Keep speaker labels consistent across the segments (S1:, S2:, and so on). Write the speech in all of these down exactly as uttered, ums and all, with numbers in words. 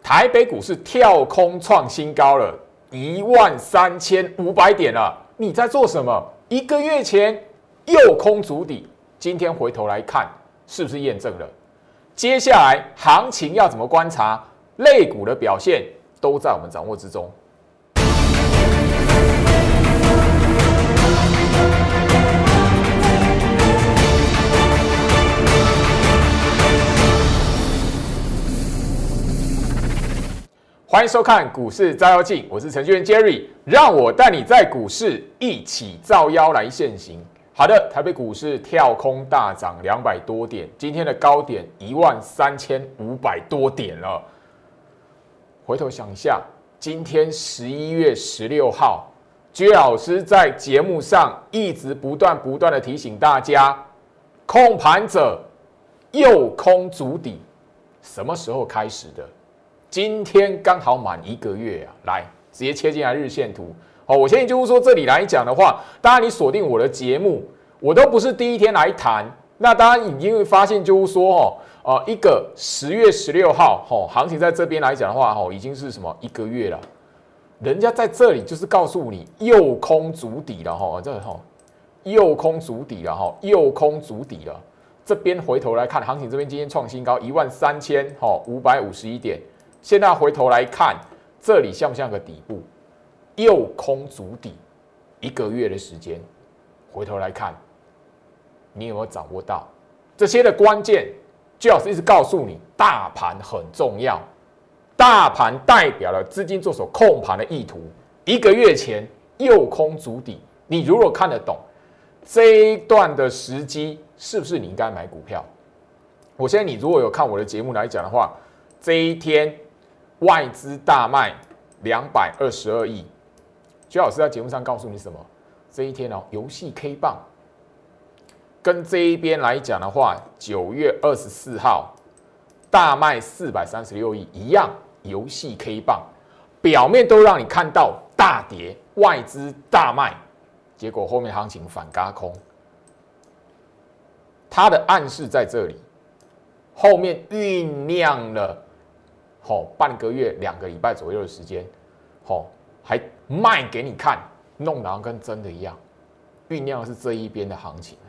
S1: 台北股市跳空创新高了，一万三千五百点了。你在做什么？一个月前诱空筑底，今天回头来看，是不是验证了？接下来行情要怎么观察？类股的表现都在我们掌握之中。欢迎收看股市照妖镜，我是程序员 Jerry， 让我带你在股市一起照妖来现行。好的，台北股市跳空大涨两百多点，今天的高点一万三千五百多点了。回头想一下，今天十一月十六号，Jerry老师在节目上一直不断不断的提醒大家，控盘者诱空筑底，什么时候开始的？今天刚好满一个月啊，来直接切进来日线图。哦，我现在就是说这里来讲的话，当然你锁定我的节目，我都不是第一天来谈。那当然已经会发现就是说，哦，呃，一个十月十六号，哦，行情在这边来讲的话，哦，已经是什么一个月了。人家在这里就是告诉你诱空筑底了，哈，这哈诱空筑底了，哈，诱空筑底了。这边回头来看，行情这边今天创新高一万三千五百五十一点。现在回头来看，这里像不像个底部？诱空筑底，一个月的时间，回头来看，你有没有掌握到这些的关键？最好是一直告诉你，大盘很重要，大盘代表了资金做手控盘的意图。一个月前诱空筑底，你如果看得懂这一段的时机，是不是你应该买股票？我现在你如果有看我的节目来讲的话，这一天。外资大卖两百二十二亿，徐老师在节目上告诉你什么？这一天哦，游戏 K 棒跟这一边来讲的话，九月二十四号大卖四百三十六亿一样，游戏 K 棒表面都让你看到大跌，外资大卖，结果后面行情反轧空，它的暗示在这里，后面酝酿了。哦，半个月、两个礼拜左右的时间，哦，还卖给你看，弄得跟真的一样，酝酿的是这一边的行情。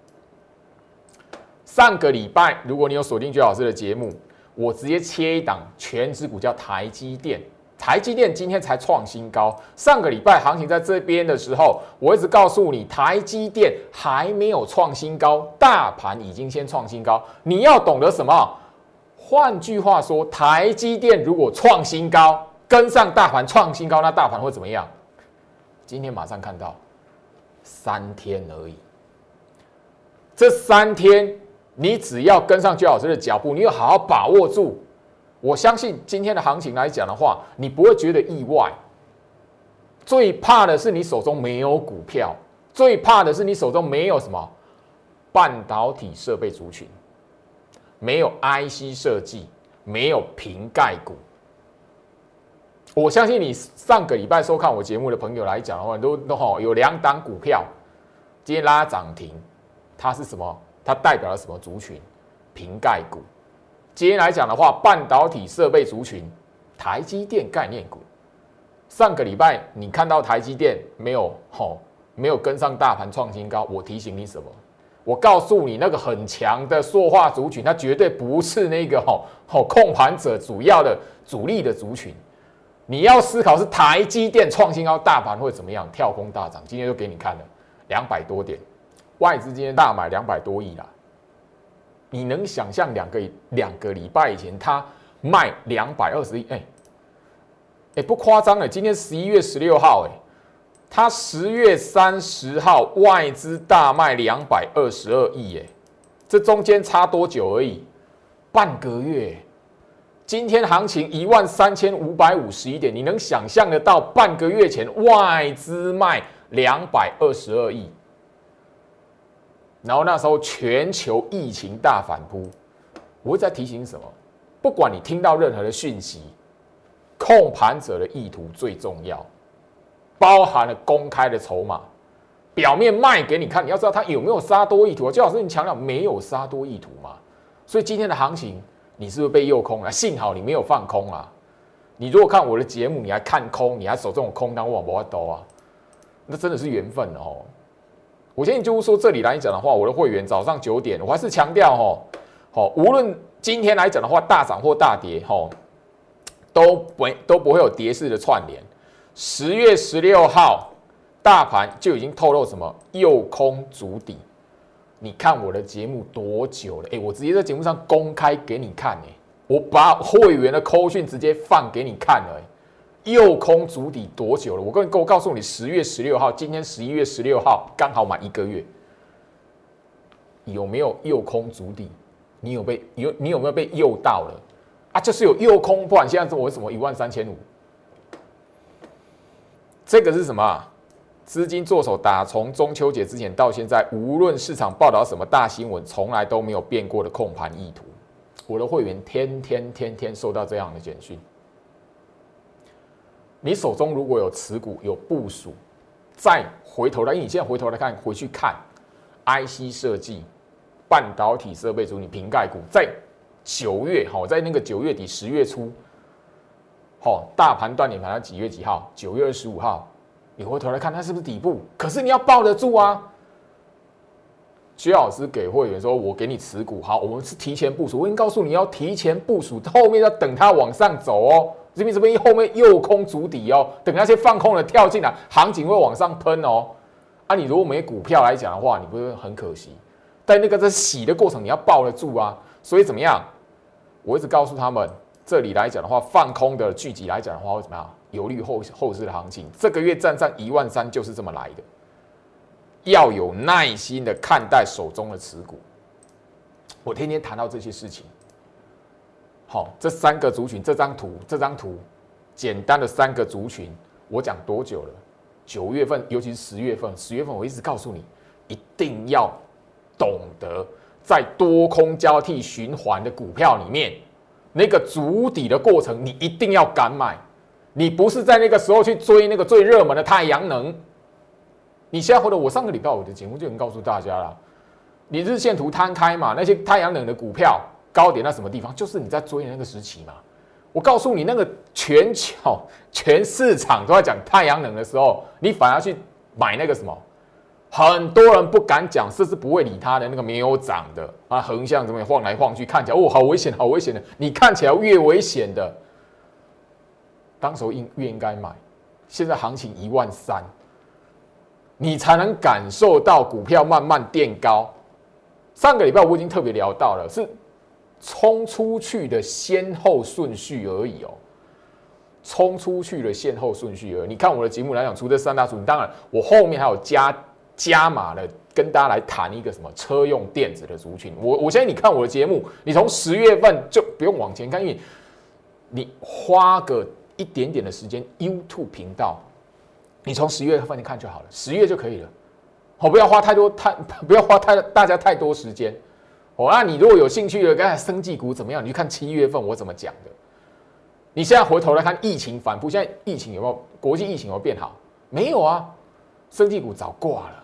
S1: 上个礼拜，如果你有锁定Jerry老师的节目，我直接切一档全指股叫台积电，台积电今天才创新高。上个礼拜行情在这边的时候，我一直告诉你，台积电还没有创新高，大盘已经先创新高，你要懂得什么？换句话说，台积电如果创新高，跟上大盘创新高，那大盘会怎么样？今天马上看到，三天而已。这三天，你只要跟上Jerry老师的脚步，你要好好把握住。我相信今天的行情来讲的话，你不会觉得意外。最怕的是你手中没有股票，最怕的是你手中没有什么半导体设备族群。没有 I C 设计，没有瓶盖股。我相信你上个礼拜收看我节目的朋友来讲的话，都都有两档股票，今天拉涨停，它是什么？它代表了什么族群？瓶盖股。今天来讲的话，半导体设备族群，台积电概念股。上个礼拜你看到台积电没有？吼，没有跟上大盘创新高，我提醒你什么？我告诉你，那个很强的塑化族群，它绝对不是那个吼吼控盘者主要的主力的族群。你要思考是台积电创新高，大盘会怎么样？跳空大涨，今天就给你看了两百多点，外资今天大买两百多亿啦。你能想象两个两个礼拜以前它卖两百二十亿？哎哎，不夸张了，今天十一月十六号，哎。他十月三十号外资大卖两百二十二亿，耶，这中间差多久而已？半个月。今天行情一万三千五百五十一点，你能想象得到半个月前外资卖两百二十二亿？然后那时候全球疫情大反扑，我会在提醒什么？不管你听到任何的讯息，控盘者的意图最重要。包含了公开的筹码，表面卖给你看，你要知道它有没有杀多意图。就老师你强调没有杀多意图嘛，所以今天的行情你是不是被诱空了？幸好你没有放空啊。 你如果看我的节目，你还看空，你还守这种空单，我不要兜啊，那真的是缘分哦。我建议就是说，这里来讲的话，我的会员早上九点，我还是强调哦，好，无论今天来讲的话，大涨或大跌，吼，都不都不会有跌势的串联。十月十六号，大盘就已经透露什么诱空筑底。你看我的节目多久了？哎，我直接在节目上公开给你看，哎，我把会员的扣讯直接放给你看了，哎，诱空筑底多久了？我跟我告诉你，十月十六号，今天十一月十六号，刚好满一个月，有没有诱空筑底？你有被有你有没有被诱到了啊？就是有诱空，不然现在我为什么一万三千五？这个是什么啊？资金做手打从中秋节之前到现在，无论市场报道什么大新闻，从来都没有变过的控盘意图。我的会员天天天天收到这样的简讯。你手中如果有持股有部署，再回头来，因为你现在回头来看，回去看 I C 设计、半导体设备主，你瓶盖股在九月，好，在那个九月底十月初，好，大盘断点盘到几月几号？九月二十五号。你回头来看，它是不是底部？可是你要抱得住啊！薛老师给会员说：“我给你持股，好，我们是提前部署。我已经告诉你要提前部署，后面要等它往上走哦。这边这边后面诱空筑底哦，等那些放空的跳进来，行情会往上喷哦。啊，你如果没股票来讲的话，你不是很可惜？但那个在洗的过程，你要抱得住啊。所以怎么样？我一直告诉他们，这里来讲的话，放空的聚集来讲的话，会怎么样？有利后后市的行情，这个月站上一万三就是这么来的。要有耐心的看待手中的持股。我天天谈到这些事情。好，这三个族群，这张图，这张图，简单的三个族群，我讲多久了？九月份，尤其是十月份，十月份我一直告诉你，一定要懂得在多空交替循环的股票里面，那个筑底的过程，你一定要敢买。你不是在那个时候去追那个最热门的太阳能，你现在或者我上个礼拜我的节目就已经告诉大家了，你日线图摊开嘛，那些太阳能的股票高点在什么地方，就是你在追的那个时期嘛。我告诉你，那个全球全市场都在讲太阳能的时候，你反而去买那个什么，很多人不敢讲，甚至不会理他的那个没有涨的啊，横向怎么晃来晃去，看起来哦好危险，好危险的，你看起来越危险的。当时候应越应该买，现在行情一万三，你才能感受到股票慢慢垫高。上个礼拜我已经特别聊到了，是冲出去的先后顺序而已哦，冲出去的先后顺序而已。你看我的节目来讲，除这三大族群，当然我后面还有加加码的，跟大家来谈一个什么车用电子的族群。我我相信你看我的节目，你从十月份就不用往前看，因为你花个一点点的时间 ，YouTube 频道，你从十月份看就好了，十月就可以了。好，不要花太多太不要花太大家太多时间。哦，那你如果有兴趣的，刚才生技股怎么样？你去看七月份我怎么讲的。你现在回头来看疫情反复，现在疫情有没有国际疫情有没有变好？没有啊，生技股早挂了。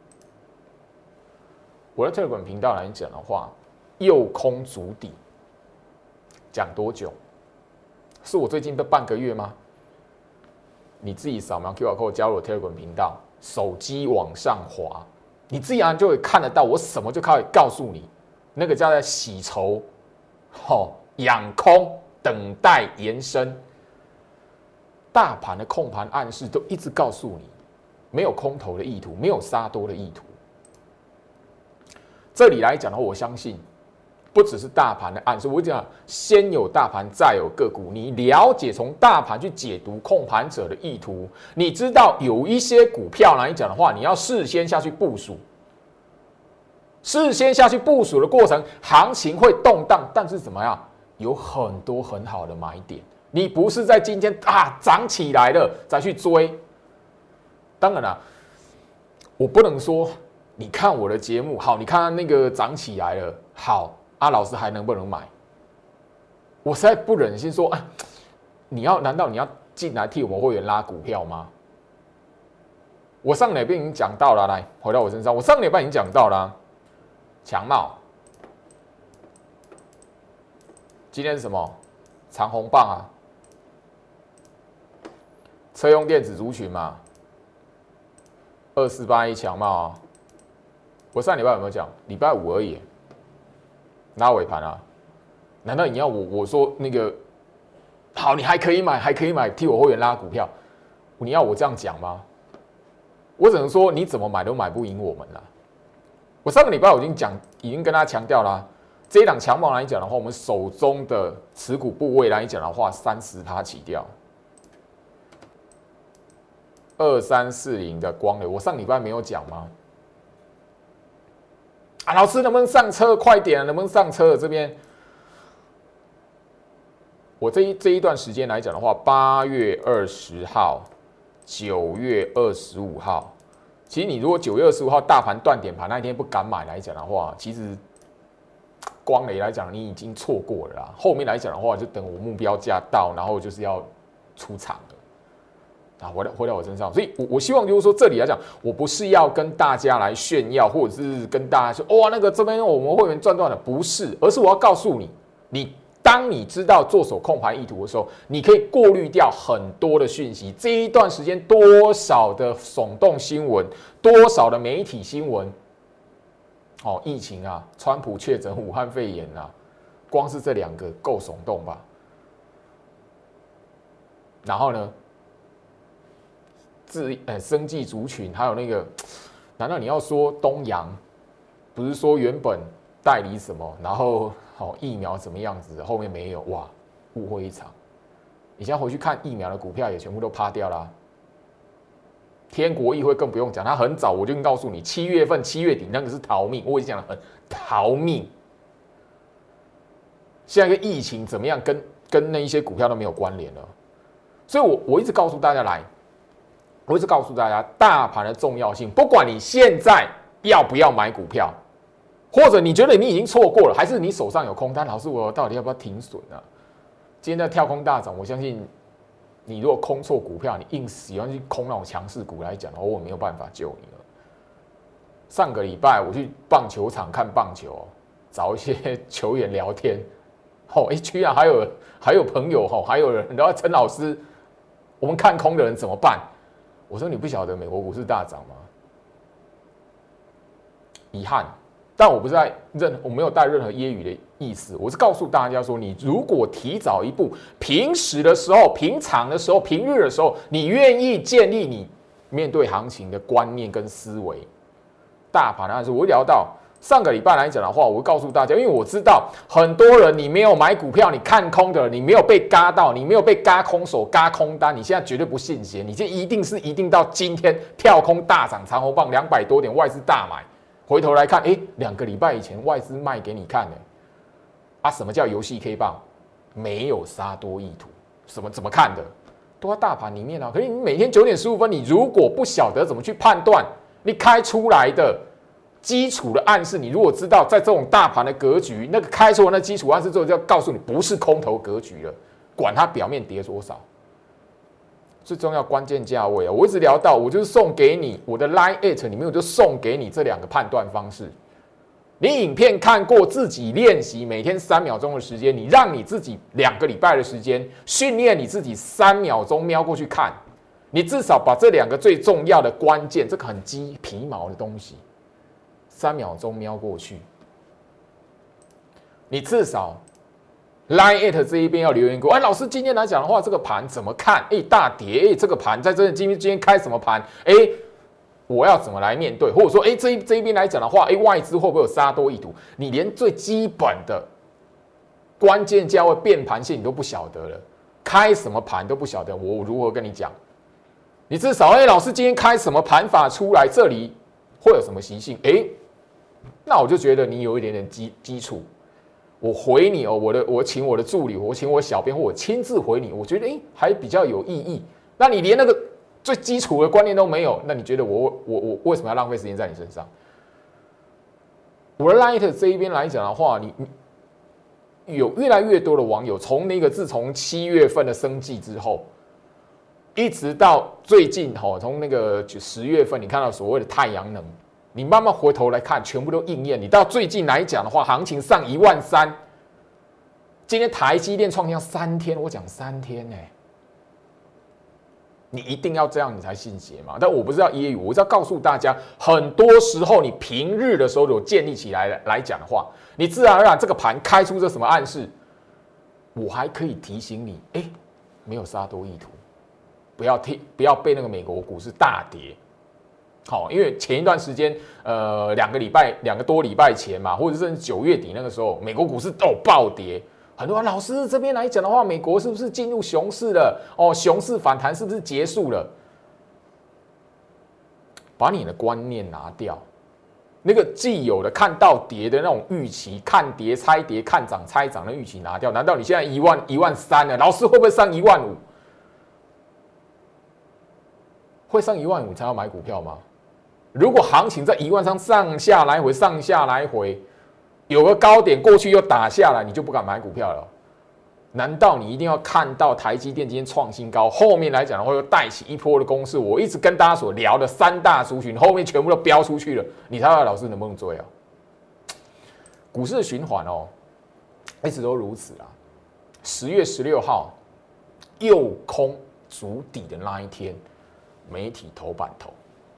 S1: 我的 Telegram 频道来讲的话，诱空筑底，讲多久？是我最近的半个月吗？你自己扫描 Q R code 加入我 Telegram 频道，手机往上滑，你自然就会看得到我什么就可以告诉你，那个叫做洗筹，哦，养空，等待延伸。大盘的控盘暗示都一直告诉你，没有空头的意图，没有杀多的意图。这里来讲的话，我相信。不只是大盘的暗示，我讲先有大盘，再有个股。你了解从大盘去解读控盘者的意图，你知道有一些股票来讲的话，你要事先下去部署，事先下去部署的过程，行情会动荡，但是怎么样，有很多很好的买点。你不是在今天啊涨起来了再去追。当然了，我不能说你看我的节目好，你看那个涨起来了好。啊，老师还能不能买？我实在不忍心说，啊，你要难道你要进来替我们会员拉股票吗？我上礼拜已经讲到了，来回到我身上，我上礼拜已经讲到了，强茂，今天是什么长红棒啊？ 车用电子族群嘛，二四八一强茂，我上礼拜有没有讲？礼拜五而已，拉尾盘啊，难道你要我我说那个好，你还可以买，还可以买，替我会员拉股票，你要我这样讲吗？我只能说你怎么买都买不赢我们啦。我上个礼拜我已经讲，已经跟大家强调啦，这一档强茂来讲的话，我们手中的持股部位来讲的话，三十趴起掉。二三四零的光磊，我上礼拜没有讲吗？啊，老师能不能上车？快点，能不能上车？这边，我这一这一段时间来讲的话，八月二十号、九月二十五号，其实你如果九月二十五号大盘断点盘那一天不敢买来讲的话，其实光磊来讲你已经错过了啦。后面来讲的话，就等我目标价到，然后就是要出场了。啊，回到回到我身上，所以我，我我希望就是说，这里来讲，我不是要跟大家来炫耀，或者是跟大家说，哇，那个这边我们会员赚断了，不是，而是我要告诉你，你当你知道做手控盘意图的时候，你可以过滤掉很多的讯息。这一段时间多少的耸动新闻，多少的媒体新闻，哦，疫情啊，川普确诊武汉肺炎啊，光是这两个够耸动吧？然后呢？自呃生技族群，还有那个，难道你要说东洋，不是说原本代理什么，然后好、哦、疫苗怎么样子，后面没有，哇，误会一场。你现在回去看疫苗的股票也全部都趴掉啦。天国议会更不用讲，他很早我就告诉你，七月份七月底那个是逃命，我已经讲了很逃命。现在跟疫情怎么样，跟跟那一些股票都没有关联了，所以我我一直告诉大家来。我一直告诉大家，大盘的重要性，不管你现在要不要买股票，或者你觉得你已经错过了，还是你手上有空单，老师我到底要不要停损呢、啊？今天在跳空大涨，我相信你如果空错股票，你硬喜欢去空那种强势股来讲，我没有办法救你了。上个礼拜我去棒球场看棒球，找一些球员聊天，哦，哎，居然还有还有朋友哈，还有人，然后陈老师，我们看空的人怎么办？我说你不晓得美国股市大涨吗？遗憾，但我不是在任，我没有带任何揶揄的意思，我是告诉大家说，你如果提早一步，平时的时候、平常的时候、平日的时候，你愿意建立你面对行情的观念跟思维，大盘的案子，我聊到。上个礼拜来讲的话，我会告诉大家，因为我知道很多人你没有买股票，你看空的，你没有被嘎到，你没有被嘎空手、嘎空单，你现在绝对不信邪，你这一定是一定到今天跳空大涨长红棒两百多点，外资大买，回头来看，哎，两个礼拜以前外资卖给你看的，啊，什么叫游戏 K 棒？没有杀多意图，什么怎么看的？都在大盘里面啊。可是你每天九点十五分，你如果不晓得怎么去判断，你开出来的。基础的暗示，你如果知道在这种大盘的格局，那个开出来那基础暗示之后，就要告诉你不是空头格局了，管它表面跌多少。最重要关键价位啊，我一直聊到，我就是送给你我的 Line at 里面，我就送给你这两个判断方式。你影片看过，自己练习，每天三秒钟的时间，你让你自己两个礼拜的时间训练你自己三秒钟瞄过去看，你至少把这两个最重要的关键，这个很鸡皮毛的东西。三秒钟瞄过去，你至少 Line at 这一边要留言过。哎，老师今天来讲的话，这个盘怎么看？哎，大跌，哎，这个盘在这今天今天开什么盘？哎，我要怎么来面对？或者说，哎，这一这一边来讲的话，哎，外资会不会有杀多意图？你连最基本的关键价位变盘线你都不晓得了，开什么盘都不晓得，我如何跟你讲？你至少，哎，老师今天开什么盘法出来？这里会有什么习性？哎。那我就觉得你有一点点基基础，我回你哦，我的我请我的助理，我请我小编，或我亲自回你，我觉得哎还比较有意义。那你连那个最基础的观念都没有，那你觉得我我我为什么要浪费时间在你身上？我的 Light 这一边来讲的话，你你有越来越多的网友，从那个自从七月份的生计之后，一直到最近哈，从那个十月份，你看到所谓的太阳能。你慢慢回头来看，全部都应验。你到最近来讲的话，行情上一万三，今天台积电创下三天，我讲三天呢、欸。 你一定要这样你才信邪嘛？但我不是要揶揄，我是要告诉大家，很多时候你平日的时候有建立起来来讲的话，你自然而然这个盘开出这什么暗示，我还可以提醒你，哎、欸，没有杀多意图，不要听，不要被那个美国股市大跌。好，因为前一段时间，呃，两个礼拜、两个多礼拜前嘛，或者是九月底那个时候，美国股市都暴跌。很多老师这边来讲的话，美国是不是进入熊市了？哦，熊市反弹是不是结束了？把你的观念拿掉，那个既有的看到跌的那种预期，看跌猜跌，看涨猜涨的预期拿掉。难道你现在一万一万三了？老师会不会上一万五？会上一万五才要买股票吗？如果行情在一万三上下来回，上下来回。有个高点过去又打下来，你就不敢买股票了？难道你一定要看到台积电今天创新高，后面来讲的话又带起一波的攻势？我一直跟大家所聊的三大族群，后面全部都飙出去了，你猜老师能不能追啊？股市的循环哦，一直都如此啦。十月十六号右空筑底的那一天，媒体头版头，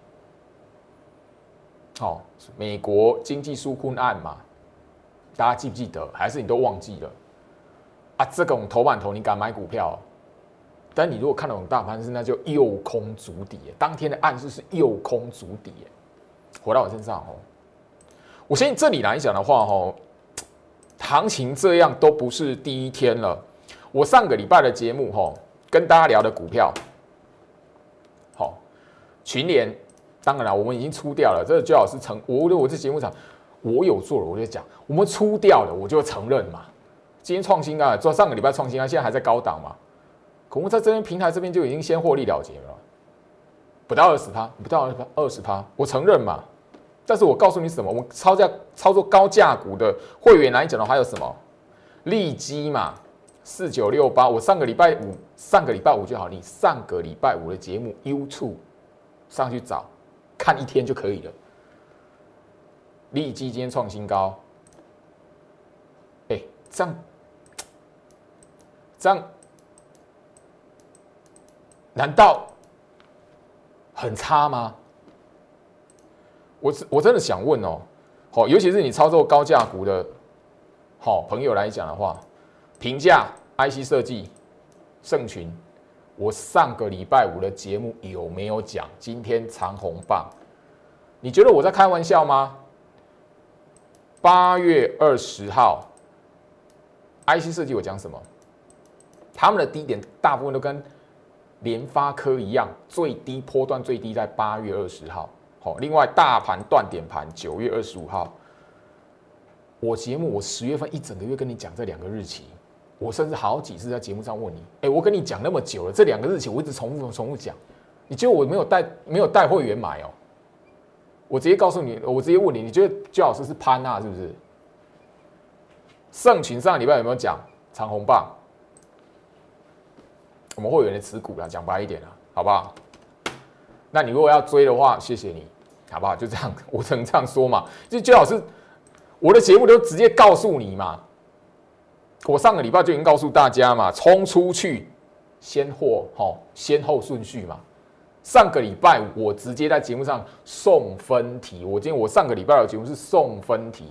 S1: 好、哦，美国经济纾困案嘛。大家记不记得？还是你都忘记了？啊，这种头版头你敢买股票？但你如果看到这种大盘是，那就右空筑底，当天的暗示是右空筑底，回到我身上哦。我相信这里来讲的话，哦，行情这样都不是第一天了。我上个礼拜的节目，哦，跟大家聊的股票，好，群联，当然了，我们已经出掉了。这个最好是成，我我这节目上。我有做了，我就讲，我们出掉了，我就承认嘛。今天创新啊，做上个礼拜创新啊，现在还在高档嘛。可我们在这边平台这边就已经先获利了结了，不到二十趴，不到二十趴，我承认嘛。但是我告诉你什么？我们操价操作高价股的会员来讲的话，还有什么？利基嘛，四九六八。我上个礼拜五，上个礼拜五就好，你上个礼拜五的节目 YouTube 上去找，看一天就可以了。利基今天创新高，哎、欸，这样这样，难道很差吗？我我真的想问哦，好，尤其是你操作高价股的好朋友来讲的话，评价 I C 设计、盛群，我上个礼拜五的节目有没有讲今天长红棒？你觉得我在开玩笑吗？八月二十号 ，I C 设计我讲什么？他们的低点大部分都跟联发科一样，最低波段最低在八月二十号。好，另外大盘断点盘九月二十五号。我节目我十月份一整个月跟你讲这两个日期，我甚至好几次在节目上问你，哎、欸，我跟你讲那么久了，这两个日期我一直重复重复讲，你觉得我没有带没有带会员买哦？我直接告诉你，我直接问你，你觉得焦老师是潘娜是不是？盛群上个礼拜有没有讲长红棒？我们会员的持股啦，讲白一点啦，好不好？那你如果要追的话，谢谢你，好不好？就这样，我只能这样说嘛。就焦老师，我的节目都直接告诉你嘛。我上个礼拜就已经告诉大家嘛，冲出去，先后好，先后顺序嘛。上个礼拜我直接在节目上送分题，我今天我上个礼拜的节目是送分题，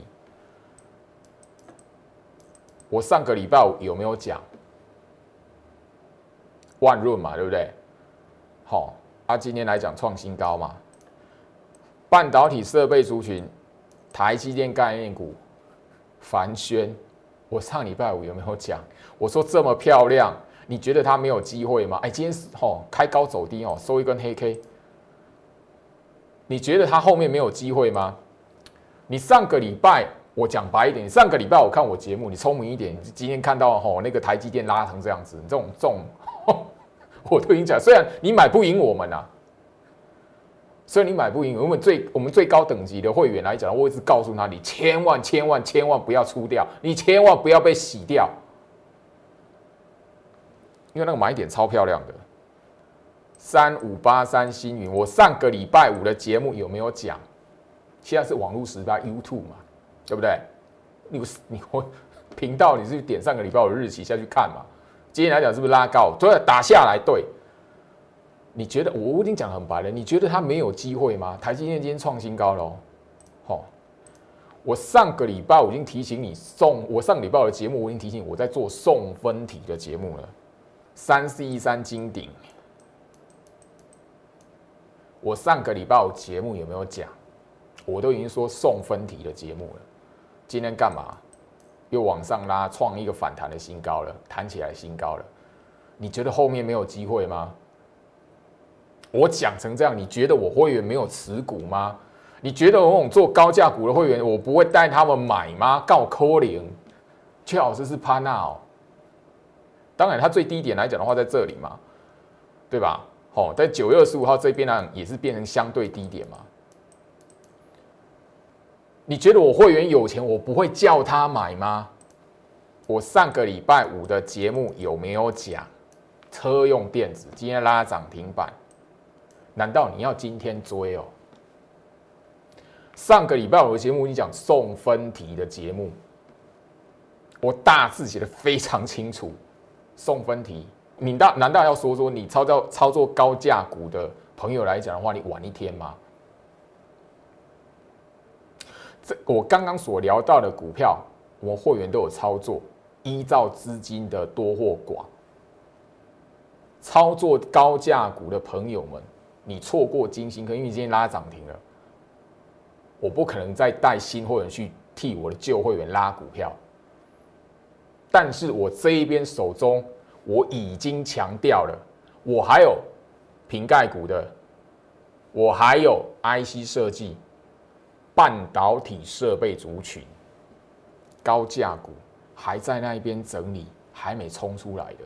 S1: 我上个礼拜有没有讲万润嘛，对不对？好，啊，今天来讲创新高嘛，半导体设备族群，台积电概念股，凡轩，我上礼拜五有没有讲？我说这么漂亮。你觉得它没有机会吗？哎，今天哦开高走低哦，收一根黑 K。你觉得它后面没有机会吗？你上个礼拜我讲白一点，你上个礼拜我看我节目，你聪明一点，你今天看到吼那个台积电拉成这样子，你这种这种，我都已经讲，虽然你买不赢我们啊，虽然你买不赢我们最我们最高等级的会员来讲，我一直告诉他，你千万千万千万不要出掉，你千万不要被洗掉。因为那个买点超漂亮的，三五八三星云，我上个礼拜五的节目有没有讲？现在是网络时代 YouTube 嘛，对不对？你你我频道你是点上个礼拜五的日期下去看嘛？今天来讲是不是拉高？对，打下来对。 你觉得我我已经讲很白了，你觉得它没有机会吗？台积电今天创新高了哦，哦，我上个礼拜我已经提醒你送，我上个礼拜的节目我已经提醒你我在做送分题的节目了，三四一三金鼎，我上个礼拜的节目有没有讲？我都已经说送分题的节目了，今天干嘛？又往上拉，创一个反弹的新高了，弹起来新高了，你觉得后面没有机会吗？我讲成这样，你觉得我会员没有持股吗？你觉得我这种做高价股的会员，我不会带他们买吗？告可怜，最好是是潘娜哦。当然，它最低点来讲的话，在这里嘛，对吧？哦，在九月二十五号这边呢，也是变成相对低点嘛。你觉得我会员有钱，我不会叫他买吗？我上个礼拜五的节目有没有讲车用电子今天拉涨停板？难道你要今天追哦？上个礼拜我的节目，你讲送分题的节目，我大字写的非常清楚。送分题，你难难道要说说你操作操作高价股的朋友来讲的话，你晚一天吗？这我刚刚所聊到的股票，我们会员都有操作，依照资金的多或寡，操作高价股的朋友们。你错过金星科，因为今天拉涨停了，我不可能再带新会员去替我的旧会员拉股票。但是我这一边手中我已经强调了，我还有瓶盖股的，我还有 I C 设计、半导体设备族群、高价股还在那一边整理，还没冲出来的。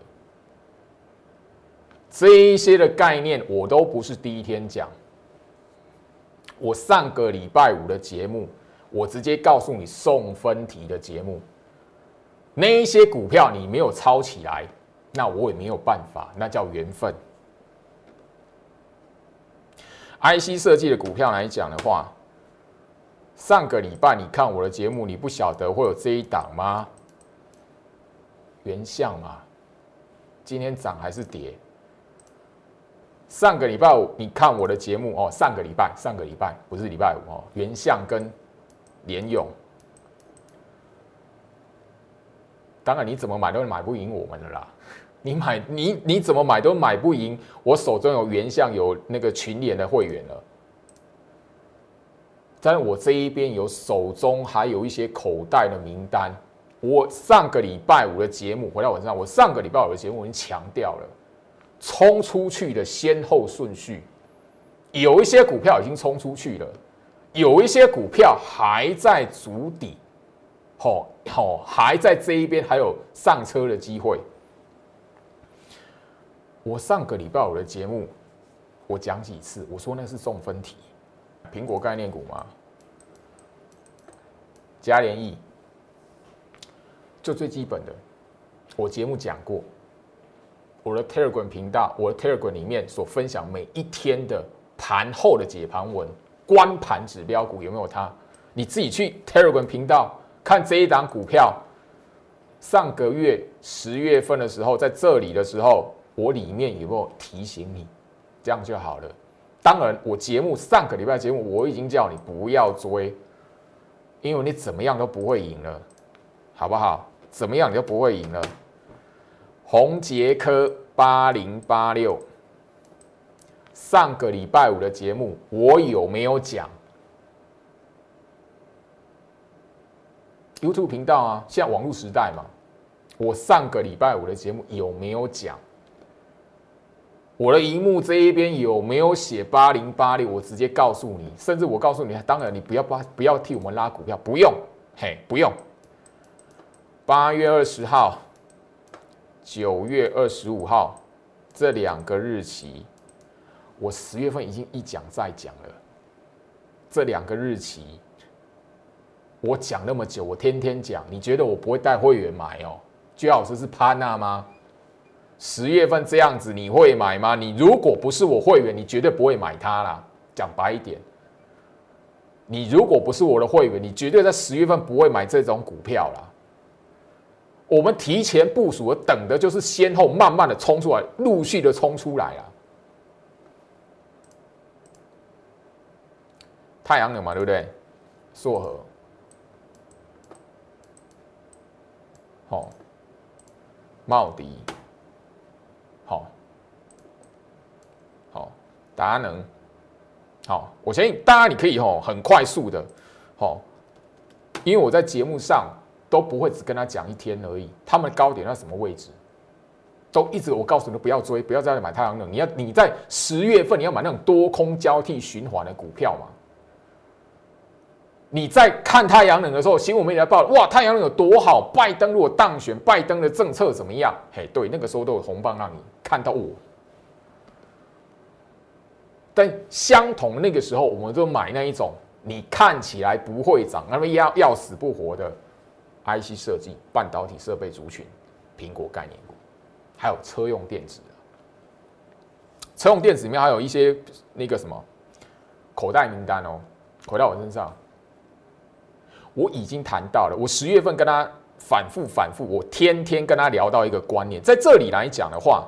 S1: 这一些的概念我都不是第一天讲，我上个礼拜五的节目，我直接告诉你送分题的节目，那一些股票你没有抄起来，那我也没有办法，那叫缘分。I C 设计的股票来讲的话，上个礼拜你看我的节目，你不晓得会有这一档吗？原相嘛，今天涨还是跌？上个礼拜五你看我的节目哦，上个礼拜上个礼拜不是礼拜五哦，原相跟联咏，当然你怎么买都买不赢我们的啦，你买你你怎么买都买不赢，我手中有原相有那个群联的会员了，但是我这一边有手中还有一些口袋的名单，我上个礼拜五的节目回到晚上，我上个礼拜五的节目已经强调了。冲出去的先后顺序，有一些股票已经冲出去了，有一些股票还在筑底，吼吼，还在这一边还有上车的机会。我上个礼拜五的节目，我讲几次，我说那是送分题，苹果概念股嘛，嘉联益，就最基本的，我节目讲过。我的 Telegram 频道，我的 Telegram 里面所分享每一天的盘后的解盘文、观盘指标股有没有它？你自己去 Telegram 频道看这一档股票，上个月十月份的时候，在这里的时候，我里面有没有提醒你？这样就好了。当然，我节目上个礼拜节目我已经叫你不要追，因为你怎么样都不会赢了，好不好？怎么样你就不会赢了。宏捷科八零八六，上个礼拜五的节目我有没有讲 ？YouTube 频道啊，现在网络时代嘛，我上个礼拜五的节目有没有讲？我的荧幕这一边有没有写八零八六？我直接告诉你，甚至我告诉你，当然你不要不要替我们拉股票，不用，嘿，不用。八月二十号。九月二十五号这两个日期，我十月份已经一讲再讲了。这两个日期，我讲那么久，我天天讲，你觉得我不会带会员买哦？最好是是潘娜吗？十月份这样子，你会买吗？你如果不是我会员，你绝对不会买它啦。讲白一点，你如果不是我的会员，你绝对在十月份不会买这种股票啦。我们提前部署，等的就是先后慢慢的冲出来，陆续的冲出来啊。 太阳能嘛，对不对？硕和，好、哦，茂迪，好、哦，好、哦，达能，好、哦，我相信大家你可以吼很快速的，好、哦，因为我在节目上都不会只跟他讲一天而已，他们的高点在什么位置？都一直我告诉你不要追，不要再买太阳能。你要你在十月份你要买那种多空交替循环的股票嘛？你在看太阳能的时候，新闻媒体来报，哇，太阳能有多好？拜登如果当选，拜登的政策怎么样？嘿，对，那个时候都有红棒让你看到我。但相同的那个时候，我们就买那一种你看起来不会涨，那么要要死不活的 I C 设计、半导体设备族群、苹果概念股。还有车用电子，车用电子里面还有一些那个什么口袋名单哦，回到我身上，我已经谈到了。我十月份跟他反复反复，我天天跟他聊到一个观念，在这里来讲的话，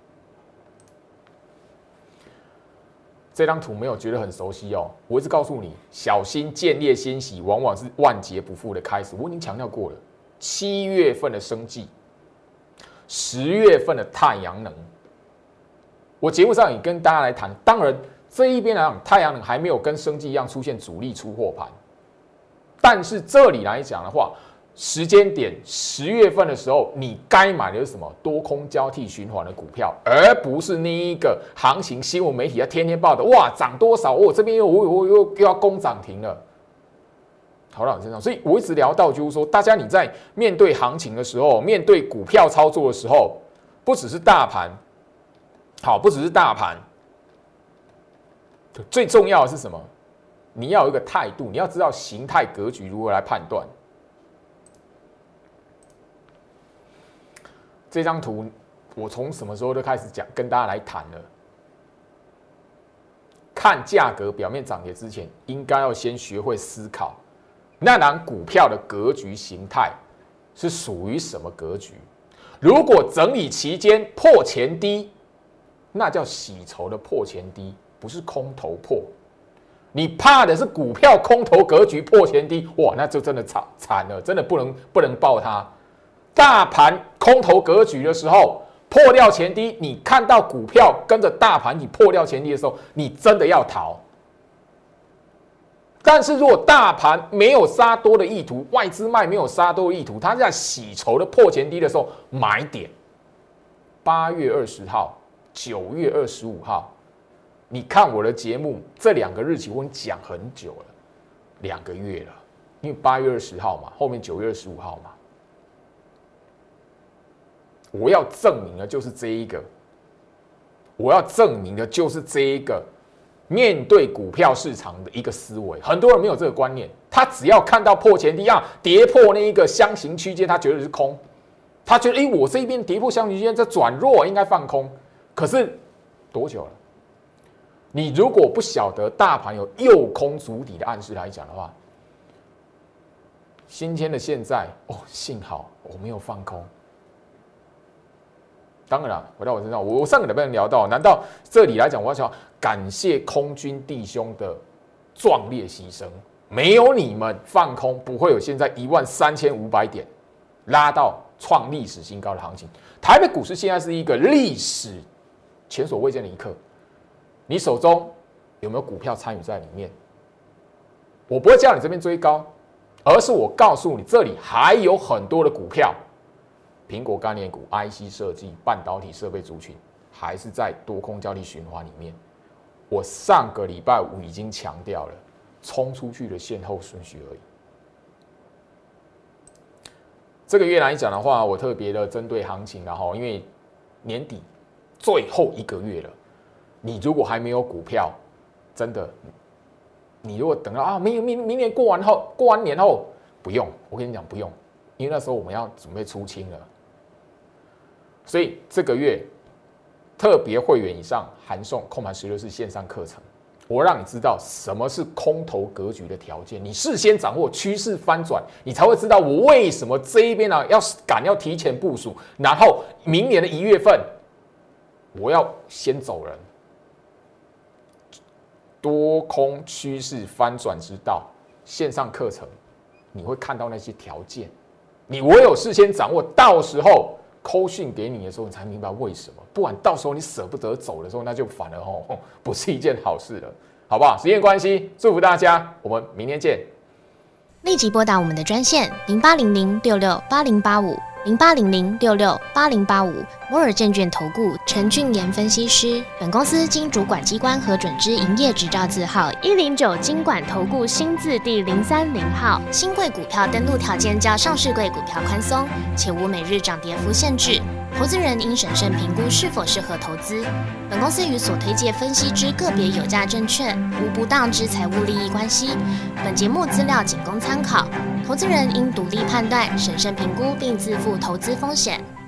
S1: 这张图没有觉得很熟悉哦。我一直告诉你，小心见猎欣喜，往往是万劫不复的开始。我已经强调过了，七月份的生技。十月份的太阳能，我节目上也跟大家来谈。当然，这一边来讲，太阳能还没有跟生技一样出现主力出货盘，但是这里来讲的话，时间点十月份的时候，你该买的是什么？多空交替循环的股票，而不是那一个行情新闻媒体要天天报的，哇，涨多少？哦，这边又我又又又要攻涨停了。好到你身上，所以我一直聊到就是说，大家你在面对行情的时候，面对股票操作的时候，不只是大盘，好，不只是大盘，最重要的是什么？你要有一个态度，你要知道形态格局如何来判断。这张图我从什么时候都开始讲，跟大家来谈了。看价格表面涨跌之前，应该要先学会思考。那档股票的格局形态是属于什么格局？如果整理期间破前低，那叫洗筹的破前低，不是空头破。你怕的是股票空头格局破前低，哇，那就真的惨惨了，真的不能不能抱它。大盘空头格局的时候，破掉前低，你看到股票跟着大盘你破掉前低的时候，你真的要逃。但是如果大盘没有杀多的意图，外资卖没有杀多的意图，它在洗筹的破前低的时候买点。八月二十号、九月二十五号，你看我的节目，这两个日期我讲很久了，两个月了，因为八月二十号嘛，后面九月二十五号嘛，我要证明的就是这一个，我要证明的就是这一个。面对股票市场的一个思维，很多人没有这个观念。他只要看到破前低啊，跌破那一个箱型区间，他觉得是空。他觉得，哎、欸，我这一边跌破箱型区间，这转弱应该放空。可是多久了？你如果不晓得大盘有诱空筑底的暗示来讲的话，今天的现在哦，幸好我没有放空。当然了，回到我身上，我上个礼拜聊到，难道这里来讲，我要想感谢空军弟兄的壮烈牺牲，没有你们放空，不会有现在一万三千五百点拉到创历史新高的行情。台北股市现在是一个历史前所未见的一刻，你手中有没有股票参与在里面？我不会叫你这边追高，而是我告诉你，这里还有很多的股票。苹果概念股、I C 设计、半导体设备族群，还是在多空交替循环里面。我上个礼拜五已经强调了，冲出去的先后顺序而已。这个月来讲的话，我特别的针对行情，然后因为年底最后一个月了，你如果还没有股票，真的，你如果等到啊明明明年过完后，过完年后不用，我跟你讲不用，因为那时候我们要准备出清了。所以这个月特别会员以上函送控盘十六式线上课程，我让你知道什么是空头格局的条件，你事先掌握趋势翻转，你才会知道我为什么这一边呢、啊、要赶要提前部署，然后明年的一月份我要先走人。 多空趋势翻转之道线上课程，你会看到那些条件，你唯有事先掌握，到时候扣讯给你的时候，你才明白为什么。不然到时候你舍不得走的时候，那就反而哦不是一件好事了，好不好？时间关系，祝福大家，我们明天见。
S2: 立即拨打我们的专线零八零零六六八零八五零八零零六六八零八五摩尔证券投顾陈俊言分析师。本公司经主管机关核准之营业执照字号一零九金管投顾新字第零三零号。新贵股票登录条件较上市贵股票宽松，且无每日涨跌幅限制。投资人应审慎评估是否适合投资。本公司与所推介分析之个别有价证券无不当之财务利益关系。本节目资料仅供参考，投资人应独立判断、审慎评估并自负投资风险。